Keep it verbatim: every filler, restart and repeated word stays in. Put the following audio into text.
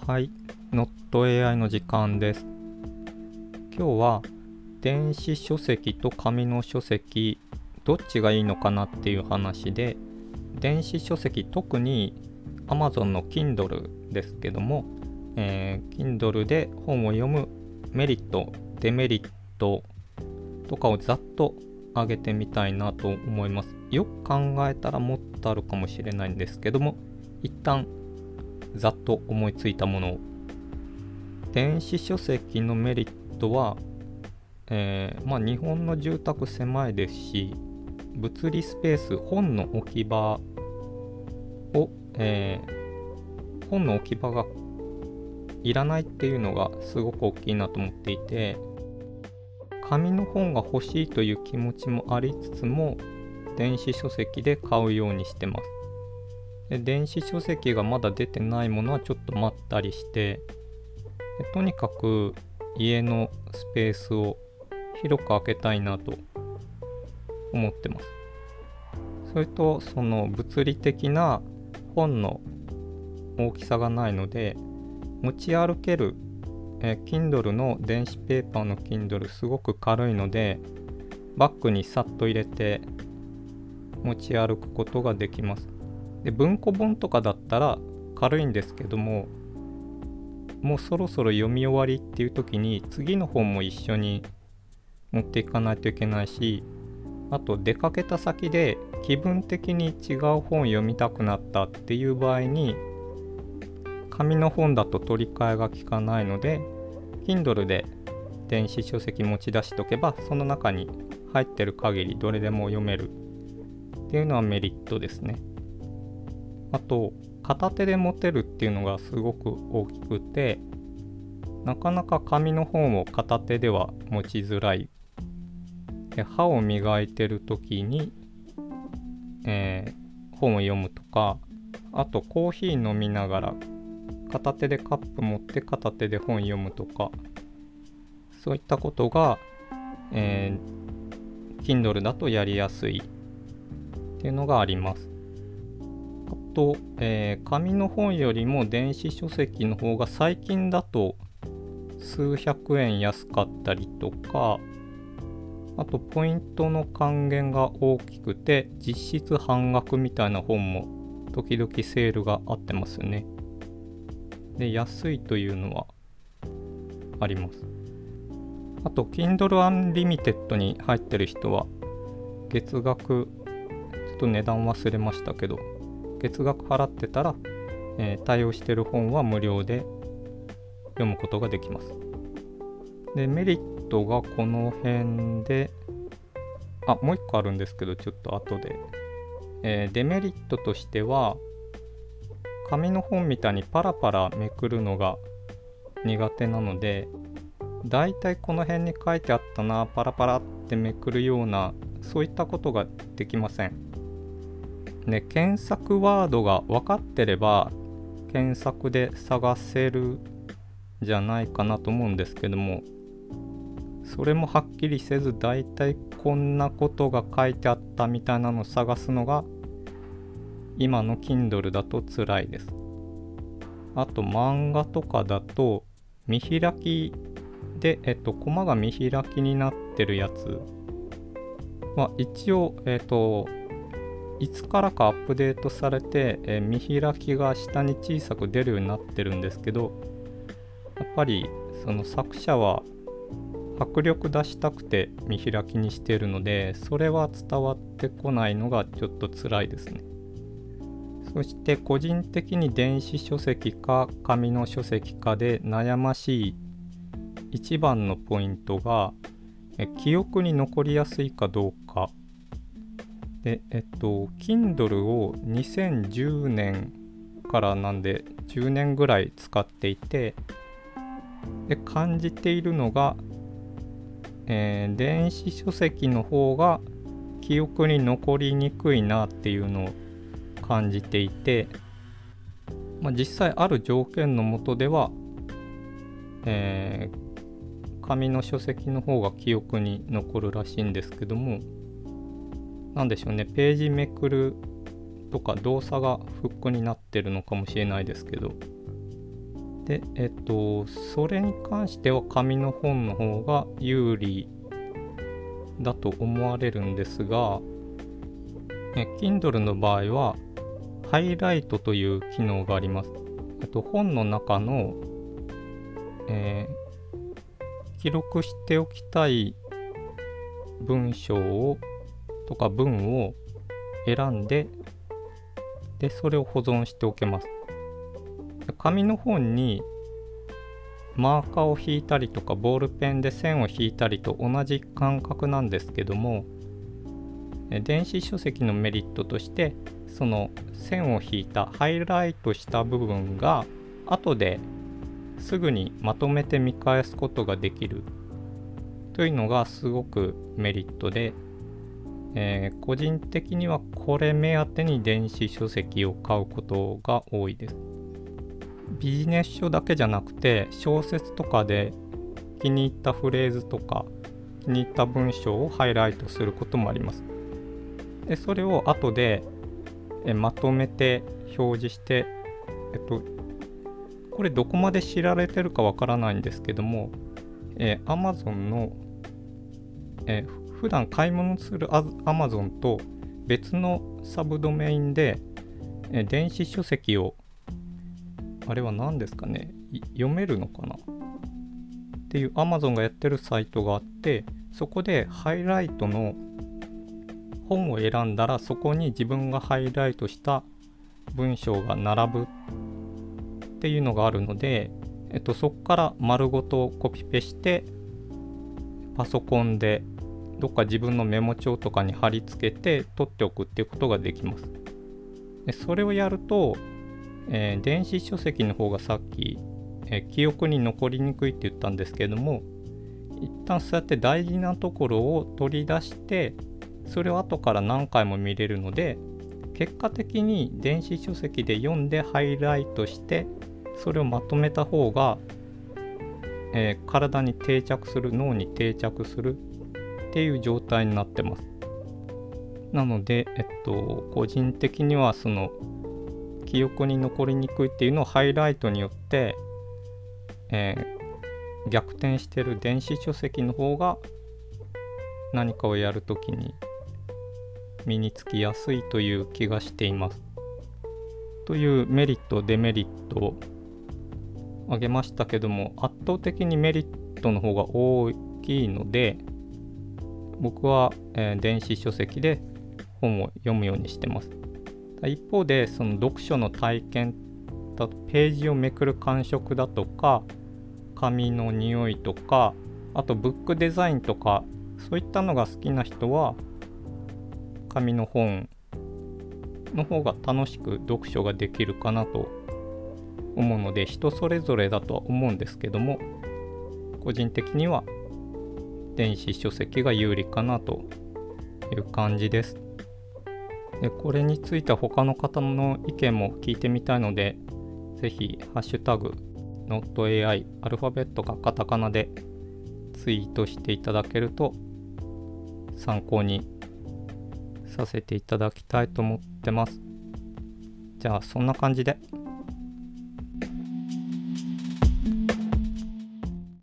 はい、ノット エーアイ の時間です。今日は電子書籍と紙の書籍どっちがいいのかなっていう話で、電子書籍、特に Amazon の Kindle ですけども、えー、Kindle で本を読むメリット、デメリットとかをざっと挙げてみたいなと思います。よく考えたらもっとあるかもしれないんですけども、一旦ざっと思いついたものを。電子書籍のメリットは、えー、まあ日本の住宅狭いですし、物理スペース、本の置き場を、えー、本の置き場がいらないっていうのがすごく大きいなと思っていて、紙の本が欲しいという気持ちもありつつも、電子書籍で買うようにしてます。で電子書籍がまだ出てないものはちょっと待ったりして、でとにかく家のスペースを広く空けたいなと思ってます。それとその物理的な本の大きさがないので、持ち歩ける、え Kindle の電子ペーパーの Kindle すごく軽いので、バッグにさっと入れて持ち歩くことができます。で文庫本とかだったら軽いんですけども、もうそろそろ読み終わりっていう時に次の本も一緒に持っていかないといけないし、あと出かけた先で気分的に違う本読みたくなったっていう場合に、紙の本だと取り替えが効かないので Kindle で電子書籍持ち出しとけば、その中に入ってる限りどれでも読めるっていうのはメリットですね。あと片手で持てるっていうのがすごく大きくて、なかなか紙の本を片手では持ちづらい。で歯を磨いてる時に、えー、本を読むとか、あとコーヒー飲みながら片手でカップ持って片手で本読むとか、そういったことが、えー、Kindle だとやりやすいっていうのがあります。あと、えー、紙の本よりも電子書籍の方が最近だと数百円安かったりとか、あとポイントの還元が大きくて実質半額みたいな本も時々セールがあってますよね。で安いというのはあります。あと Kindle Unlimited に入ってる人は月額、ちょっと値段忘れましたけど、月額払ってたら、えー、対応してる本は無料で読むことができます。でメリットがこの辺で、あもう一個あるんですけど、ちょっと後で、えー、デメリットとしては、紙の本みたいにパラパラめくるのが苦手なので、だいたいこの辺に書いてあったな、パラパラってめくるような、そういったことができません。ね、検索ワードが分かってれば検索で探せるんじゃないかなと思うんですけども、それもはっきりせず、だいたいこんなことが書いてあったみたいなのを探すのが今の Kindle だと辛いです。あと漫画とかだと見開きで、えっと、コマが見開きになってるやつは一応、えっといつからかアップデートされて、えー、見開きが下に小さく出るようになってるんですけど、やっぱりその作者は迫力出したくて見開きにしているので、それは伝わってこないのがちょっと辛いですね。そして個人的に電子書籍か紙の書籍かで悩ましい一番のポイントが、え記憶に残りやすいかどうかで、えっと Kindle をにせんじゅうねんからなんでじゅうねんぐらい使っていて、で感じているのが、えー、電子書籍の方が記憶に残りにくいなっていうのを感じていて、まあ、実際ある条件の下では、えー、紙の書籍の方が記憶に残るらしいんですけども、なんでしょうね、ページめくるとか動作がフックになってるのかもしれないですけど、 で、えっと、それに関しては紙の本の方が有利だと思われるんですが、え Kindle の場合はハイライトという機能があります。えっと、本の中の、えー、記録しておきたい文章をとか文を選んで、で、それを保存しておけます。紙の本にマーカーを引いたりとかボールペンで線を引いたりと同じ感覚なんですけども、電子書籍のメリットとしてその線を引いたハイライトした部分が後ですぐにまとめて見返すことができるというのがすごくメリットで、えー、個人的にはこれ目当てに電子書籍を買うことが多いです。ビジネス書だけじゃなくて小説とかで気に入ったフレーズとか気に入った文章をハイライトすることもあります。でそれを後でえまとめて表示して、えっと、これどこまで知られてるかわからないんですけども、え Amazon の、え普段買い物する Amazon と別のサブドメインで、え電子書籍をあれは何ですかね、読めるのかなっていう Amazon がやってるサイトがあって、そこでハイライトの本を選んだらそこに自分がハイライトした文章が並ぶっていうのがあるので、えっと、そこから丸ごとコピペしてパソコンでどっか自分のメモ帳とかに貼り付けて取っておくっていうことができます。でそれをやるとえー、電子書籍の方がさっき、えー、記憶に残りにくいって言ったんですけども、一旦そうやって大事なところを取り出してそれを後から何回も見れるので、結果的に電子書籍で読んでハイライトしてそれをまとめた方が、えー、体に定着する、脳に定着するっていう状態になってます。なので、えっと、個人的にはその記憶に残りにくいっていうのをハイライトによって、えー、逆転してる電子書籍の方が何かをやるときに身につきやすいという気がしています。というメリットデメリットを挙げましたけども、圧倒的にメリットの方が大きいので僕は、えー、電子書籍で本を読むようにしてます。一方でその読書の体験だとページをめくる感触だとか紙の匂いとか、あとブックデザインとかそういったのが好きな人は紙の本の方が楽しく読書ができるかなと思うので、人それぞれだとは思うんですけども、個人的には電子書籍が有利かなという感じです。でこれについては他の方の意見も聞いてみたいので、ぜひハッシュタグ ノットエーアイ アルファベットかカタカナでツイートしていただけると参考にさせていただきたいと思ってます。じゃあそんな感じで。